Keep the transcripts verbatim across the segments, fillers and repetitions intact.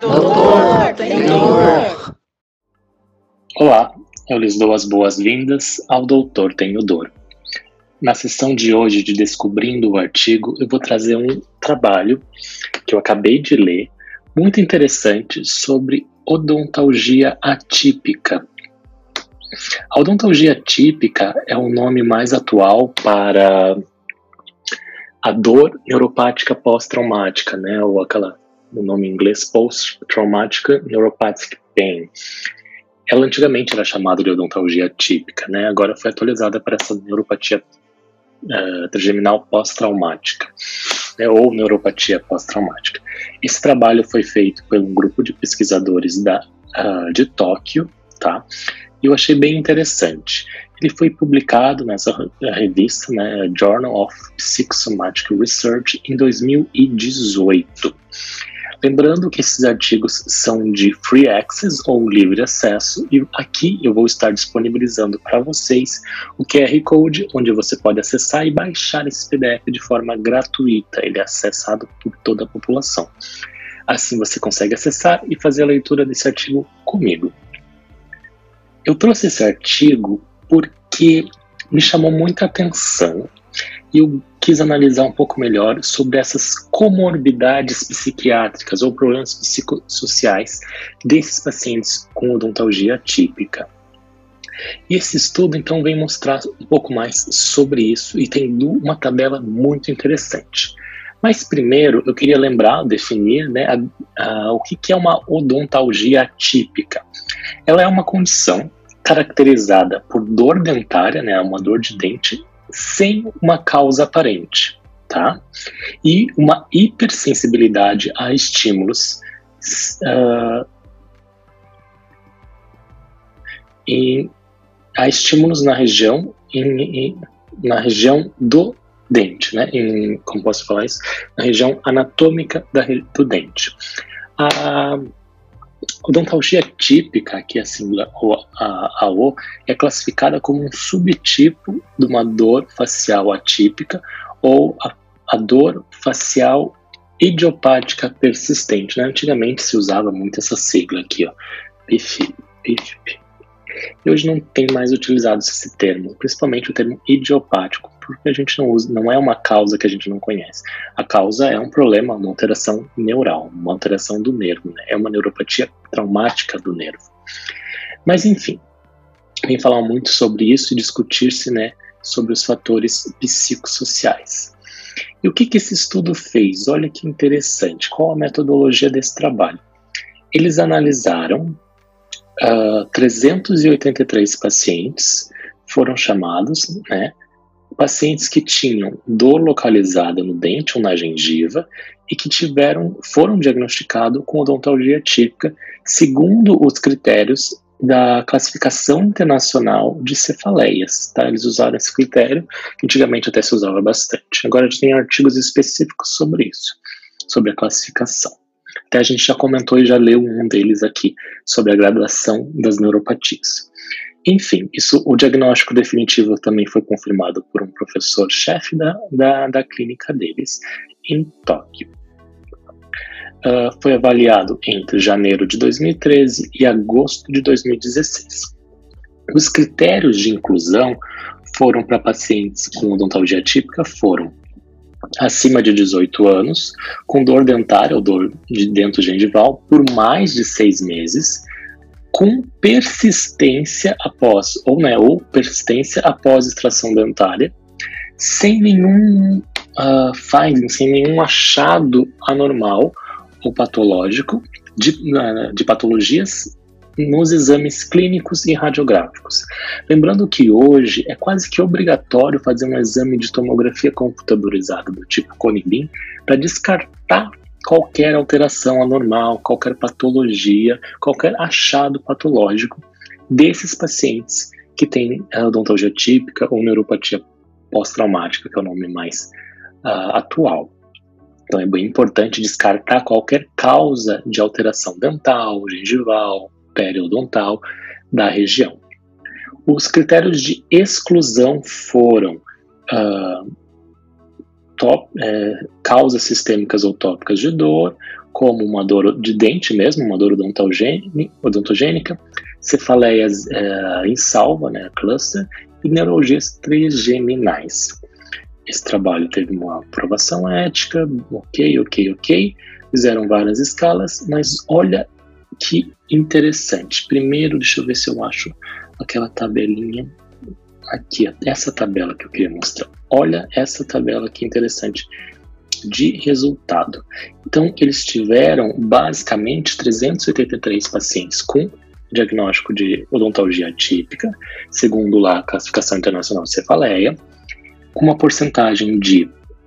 Doutor, tem dor! Olá, eu lhes dou as boas-vindas ao Doutor Tenho Dor. Na sessão de hoje de Descobrindo o Artigo, eu vou trazer um trabalho que eu acabei de ler, muito interessante, sobre odontalgia atípica. A odontalgia atípica é o nome mais atual para a dor neuropática pós-traumática, né? Ou aquela, o nome em inglês, Post-Traumatic Neuropathic Pain. Ela antigamente era chamada de odontalgia atípica, né? Agora foi atualizada para essa neuropatia uh, trigeminal pós-traumática, né? Ou neuropatia pós-traumática. Esse trabalho foi feito por um grupo de pesquisadores da, uh, de Tóquio, tá? E eu achei bem interessante. Ele foi publicado nessa revista, né, Journal of Psychosomatic Research, em dois mil e dezoito. Lembrando que esses artigos são de free access ou livre acesso, e aqui eu vou estar disponibilizando para vocês o Q R Code, onde você pode acessar e baixar esse P D F de forma gratuita. Ele é acessado por toda a população. Assim você consegue acessar e fazer a leitura desse artigo comigo. Eu trouxe esse artigo porque me chamou muita atenção e eu quis analisar um pouco melhor sobre essas comorbidades psiquiátricas ou problemas psicossociais desses pacientes com odontalgia atípica. E esse estudo, então, vem mostrar um pouco mais sobre isso e tem uma tabela muito interessante. Mas primeiro eu queria lembrar, definir, né, a, a, o que, que é uma odontalgia atípica. Ela é uma condição caracterizada por dor dentária, né, uma dor de dente, sem uma causa aparente, tá? E uma hipersensibilidade a estímulos uh, em, a estímulos na região, em, em, na região do dente, né? Em, como posso falar isso? Na região anatômica da, do dente. A odontalgia atípica, aqui a sigla A O, é classificada como um subtipo de uma dor facial atípica ou a, a dor facial idiopática persistente, né? Antigamente se usava muito essa sigla aqui, ó, P I F, P I F P. E hoje não tem mais utilizado esse termo, principalmente o termo idiopático, porque a gente não usa, não é uma causa que a gente não conhece. A causa é um problema, uma alteração neural, uma alteração do nervo, né? É uma neuropatia traumática do nervo. Mas enfim, vem falar muito sobre isso e discutir-se, né, sobre os fatores psicossociais. E o que, que esse estudo fez? Olha que interessante, qual a metodologia desse trabalho? Eles analisaram uh, trezentos e oitenta e três pacientes, foram chamados, né, pacientes que tinham dor localizada no dente ou na gengiva e que tiveram, foram diagnosticados com odontalgia atípica segundo os critérios da classificação internacional de cefaleias, tá? Eles usaram esse critério, que antigamente até se usava bastante. Agora a gente tem artigos específicos sobre isso, sobre a classificação. Até a gente já comentou e já leu um deles aqui, sobre a graduação das neuropatias. Enfim, isso, o diagnóstico definitivo também foi confirmado por um professor-chefe da, da, da clínica deles, em Tóquio. Uh, foi avaliado entre janeiro de dois mil e treze e agosto de dois mil e dezesseis. Os critérios de inclusão foram para pacientes com odontalgia atípica foram acima de dezoito anos, com dor dentária ou dor de dento gengival por mais de seis meses, com persistência após, ou, né, ou persistência após extração dentária, sem nenhum uh, finding, sem nenhum achado anormal ou patológico de, uh, de patologias nos exames clínicos e radiográficos. Lembrando que hoje é quase que obrigatório fazer um exame de tomografia computadorizada do tipo Cone-Beam para descartar qualquer alteração anormal, qualquer patologia, qualquer achado patológico desses pacientes que têm odontalgia atípica ou neuropatia pós-traumática, que é o nome mais uh, atual. Então é bem importante descartar qualquer causa de alteração dental, gengival, periodontal da região. Os critérios de exclusão foram uh, top, é, causas sistêmicas ou tópicas de dor, como uma dor de dente mesmo, uma dor odontogênica, cefaleias é, em salva, né, cluster, e neuralgias trigeminais. Esse trabalho teve uma aprovação ética, ok, ok, ok, fizeram várias escalas, mas olha que interessante. Primeiro, deixa eu ver se eu acho aquela tabelinha aqui, essa tabela que eu queria mostrar. Olha essa tabela que interessante de resultado. Então, eles tiveram basicamente trezentos e oitenta e três pacientes com diagnóstico de odontalgia atípica, segundo lá a classificação internacional de cefaleia, com uma porcentagem de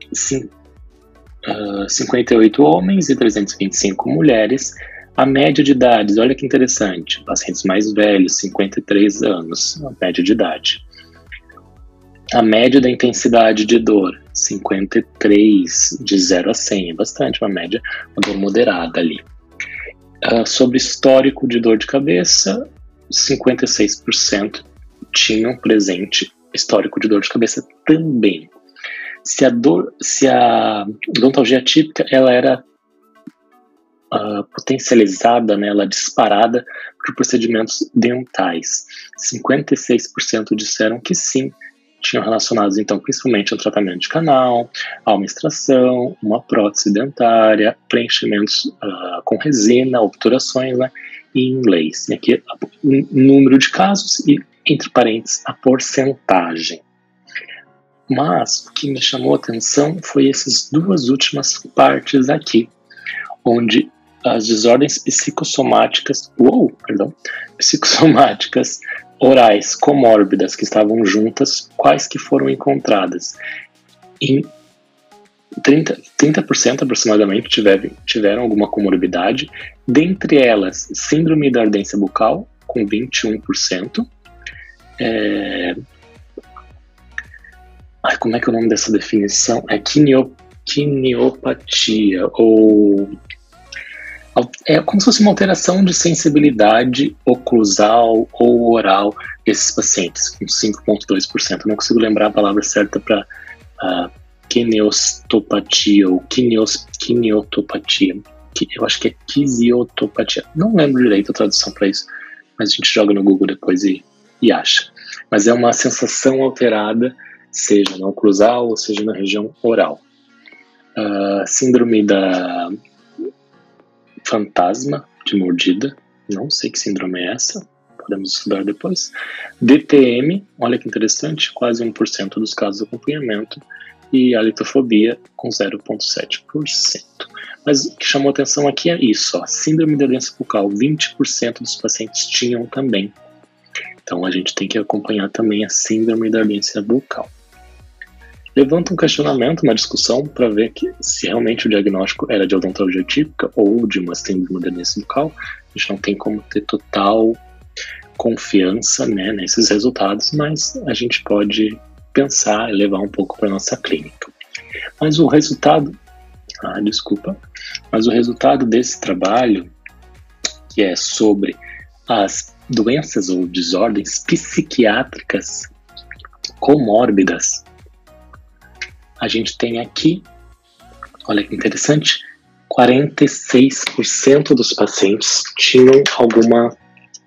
cinquenta e oito homens e trezentas e vinte e cinco mulheres. A média de idades, olha que interessante, pacientes mais velhos, cinquenta e três anos, a média de idade. A média da intensidade de dor, cinquenta e três, de zero a cem, é bastante, uma média, uma dor moderada ali. Uh, sobre histórico de dor de cabeça, cinquenta e seis por cento tinham presente histórico de dor de cabeça também. Se a dor, se a odontalgia atípica, ela era uh, potencializada, né, ela disparada por procedimentos dentais. cinquenta e seis por cento disseram que sim, tinham relacionados, então, principalmente ao tratamento de canal, a uma extração, uma prótese dentária, preenchimentos uh, com resina, obturações, né, em inglês. E aqui, o número de casos e, entre parênteses, a porcentagem. Mas o que me chamou a atenção foi essas duas últimas partes aqui, onde as desordens psicossomáticas, uou, perdão, psicossomáticas orais comórbidas que estavam juntas, quais que foram encontradas? Em trinta, trinta por cento aproximadamente tiveram, tiveram alguma comorbidade, dentre elas síndrome da ardência bucal, com vinte e um por cento. É... Ai, como é que é o nome dessa definição? É quinio, quiniopatia, ou... É como se fosse uma alteração de sensibilidade oclusal ou oral desses pacientes, com cinco vírgula dois por cento. Não consigo lembrar a palavra certa para uh, quiniostopatia ou quinios, quiniotopatia. Eu acho que é quisiotopatia. Não lembro direito a tradução para isso, mas a gente joga no Google depois e, e acha. Mas é uma sensação alterada, seja na oclusal ou seja na região oral. Uh, síndrome da fantasma de mordida, não sei que síndrome é essa, podemos estudar depois. D T M, olha que interessante, quase um por cento dos casos de acompanhamento, e a litofobia com zero vírgula sete por cento. Mas o que chamou atenção aqui é isso, ó, síndrome da ardência bucal, vinte por cento dos pacientes tinham também. Então a gente tem que acompanhar também a síndrome da ardência bucal. Levanta um questionamento, uma discussão para ver que, se realmente o diagnóstico era de odontologia típica ou de uma síndrome da ardência bucal. A gente não tem como ter total confiança, né, nesses resultados, mas a gente pode pensar e levar um pouco para nossa clínica. Mas o resultado, ah, desculpa, mas o resultado desse trabalho, que é sobre as doenças ou desordens psiquiátricas comórbidas, a gente tem aqui, olha que interessante, quarenta e seis por cento dos pacientes tinham alguma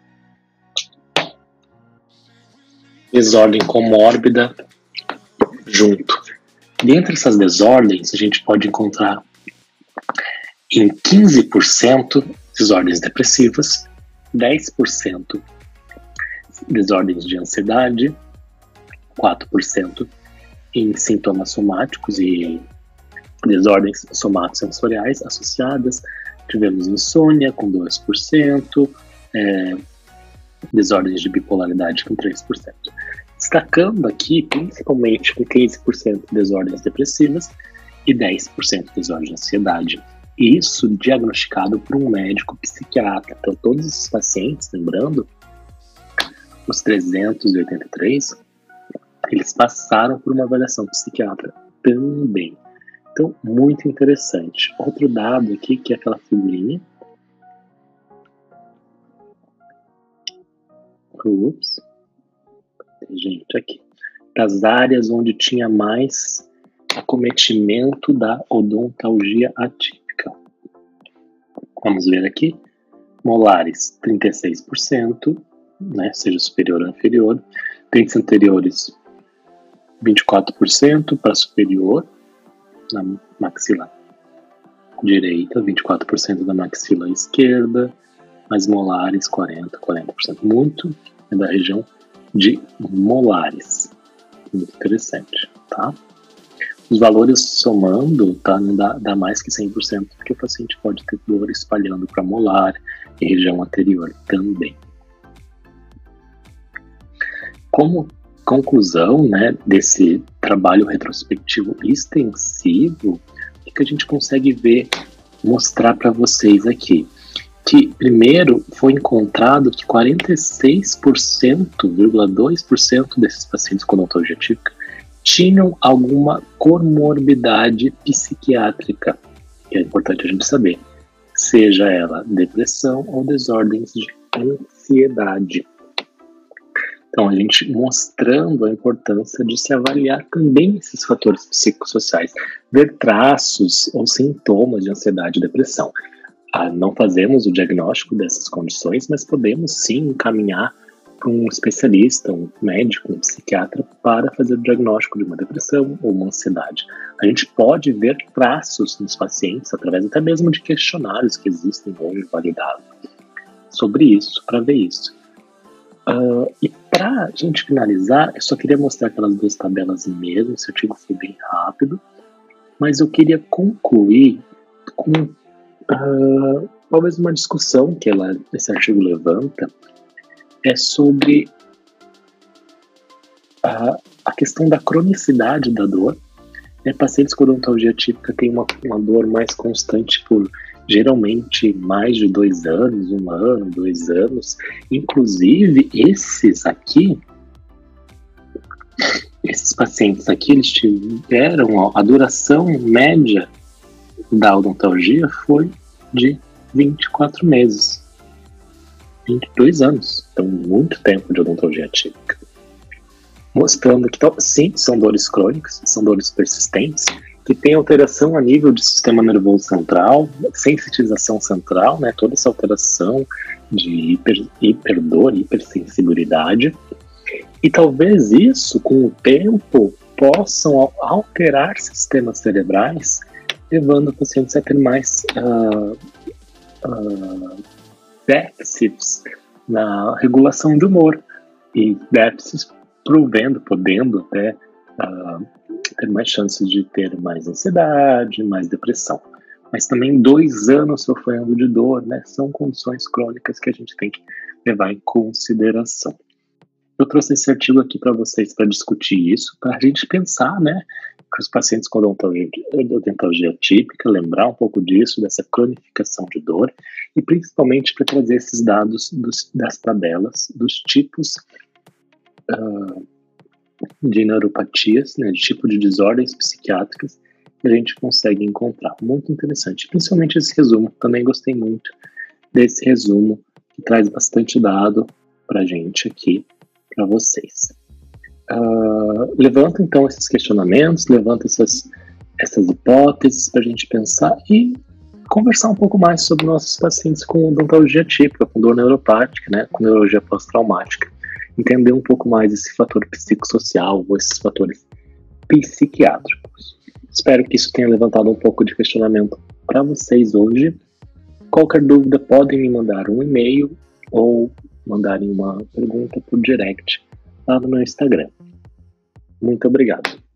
desordem comórbida junto. Dentre essas desordens, a gente pode encontrar em quinze por cento desordens depressivas, dez por cento desordens de ansiedade, quatro por cento em sintomas somáticos e desordens somatosensoriais associadas. Tivemos insônia com dois por cento, é, desordens de bipolaridade com três por cento. Destacando aqui, principalmente com quinze por cento desordens depressivas e dez por cento desordem de ansiedade. Isso diagnosticado por um médico psiquiatra. Então, todos esses pacientes, lembrando, os trezentos e oitenta e três, eles passaram por uma avaliação psiquiatra também. Então, muito interessante. Outro dado aqui, que é aquela figurinha. Ups. Gente, aqui. Das áreas onde tinha mais acometimento da odontalgia atípica. Vamos ver aqui. Molares, trinta e seis por cento, né, seja superior ou inferior. Dentes anteriores, vinte e quatro por cento para superior, na maxila direita, vinte e quatro por cento da maxila esquerda, mas molares, quarenta por cento, quarenta por cento. Muito é da região de molares. Muito interessante, tá? Os valores somando, tá, não dá, dá mais que cem por cento, porque o paciente pode ter dor espalhando para molar e região anterior também. Como conclusão, né, desse trabalho retrospectivo extensivo, o que a gente consegue ver, mostrar para vocês aqui? Que, primeiro, foi encontrado que quarenta e seis por cento, vírgula dois por cento desses pacientes com odontologia típica tinham alguma comorbidade psiquiátrica, que é importante a gente saber, seja ela depressão ou desordens de ansiedade. Então, a gente mostrando a importância de se avaliar também esses fatores psicossociais, ver traços ou sintomas de ansiedade e depressão. Ah, não fazemos o diagnóstico dessas condições, mas podemos sim encaminhar para um especialista, um médico, um psiquiatra, para fazer o diagnóstico de uma depressão ou uma ansiedade. A gente pode ver traços nos pacientes, através até mesmo de questionários que existem hoje validados, sobre isso, para ver isso. Uh, e para a gente finalizar, eu só queria mostrar aquelas duas tabelas mesmo, esse artigo foi bem rápido, mas eu queria concluir com uh, talvez uma discussão que ela, esse artigo levanta, é sobre a, a questão da cronicidade da dor. É, pacientes com odontologia típica têm uma, uma dor mais constante por geralmente mais de dois anos, um ano, dois anos. Inclusive, esses aqui, esses pacientes aqui, eles tiveram, ó, a duração média da odontologia foi de vinte e quatro meses. vinte e dois anos. Então, muito tempo de odontologia típica. Mostrando que, sim, são dores crônicas, são dores persistentes, que tem alteração a nível de sistema nervoso central, sensitização central, né, toda essa alteração de hiper, hiperdor, hipersensibilidade, e talvez isso, com o tempo, possam alterar sistemas cerebrais, levando pacientes a ter mais uh, uh, déficits na regulação de humor, e déficits provendo, podendo até uh, ter mais chances de ter mais ansiedade, mais depressão. Mas também dois anos sofrendo de dor, né? São condições crônicas que a gente tem que levar em consideração. Eu trouxe esse artigo aqui para vocês para discutir isso, para a gente pensar, né? Que os pacientes com odontologia típica, lembrar um pouco disso, dessa cronificação de dor, e principalmente para trazer esses dados dos, das tabelas, dos tipos uh, de neuropatias, né, de tipo de desordens psiquiátricas que a gente consegue encontrar. Muito interessante. Principalmente esse resumo. Também gostei muito desse resumo, que traz bastante dado para a gente aqui, para vocês. Uh, levanta então esses questionamentos, levanta essas, essas hipóteses para a gente pensar e conversar um pouco mais sobre nossos pacientes com odontologia típica, com dor neuropática, né, com neurologia pós-traumática. Entender um pouco mais esse fator psicossocial ou esses fatores psiquiátricos. Espero que isso tenha levantado um pouco de questionamento para vocês hoje. Qualquer dúvida, podem me mandar um e-mail ou mandarem uma pergunta por direct lá no meu Instagram. Muito obrigado.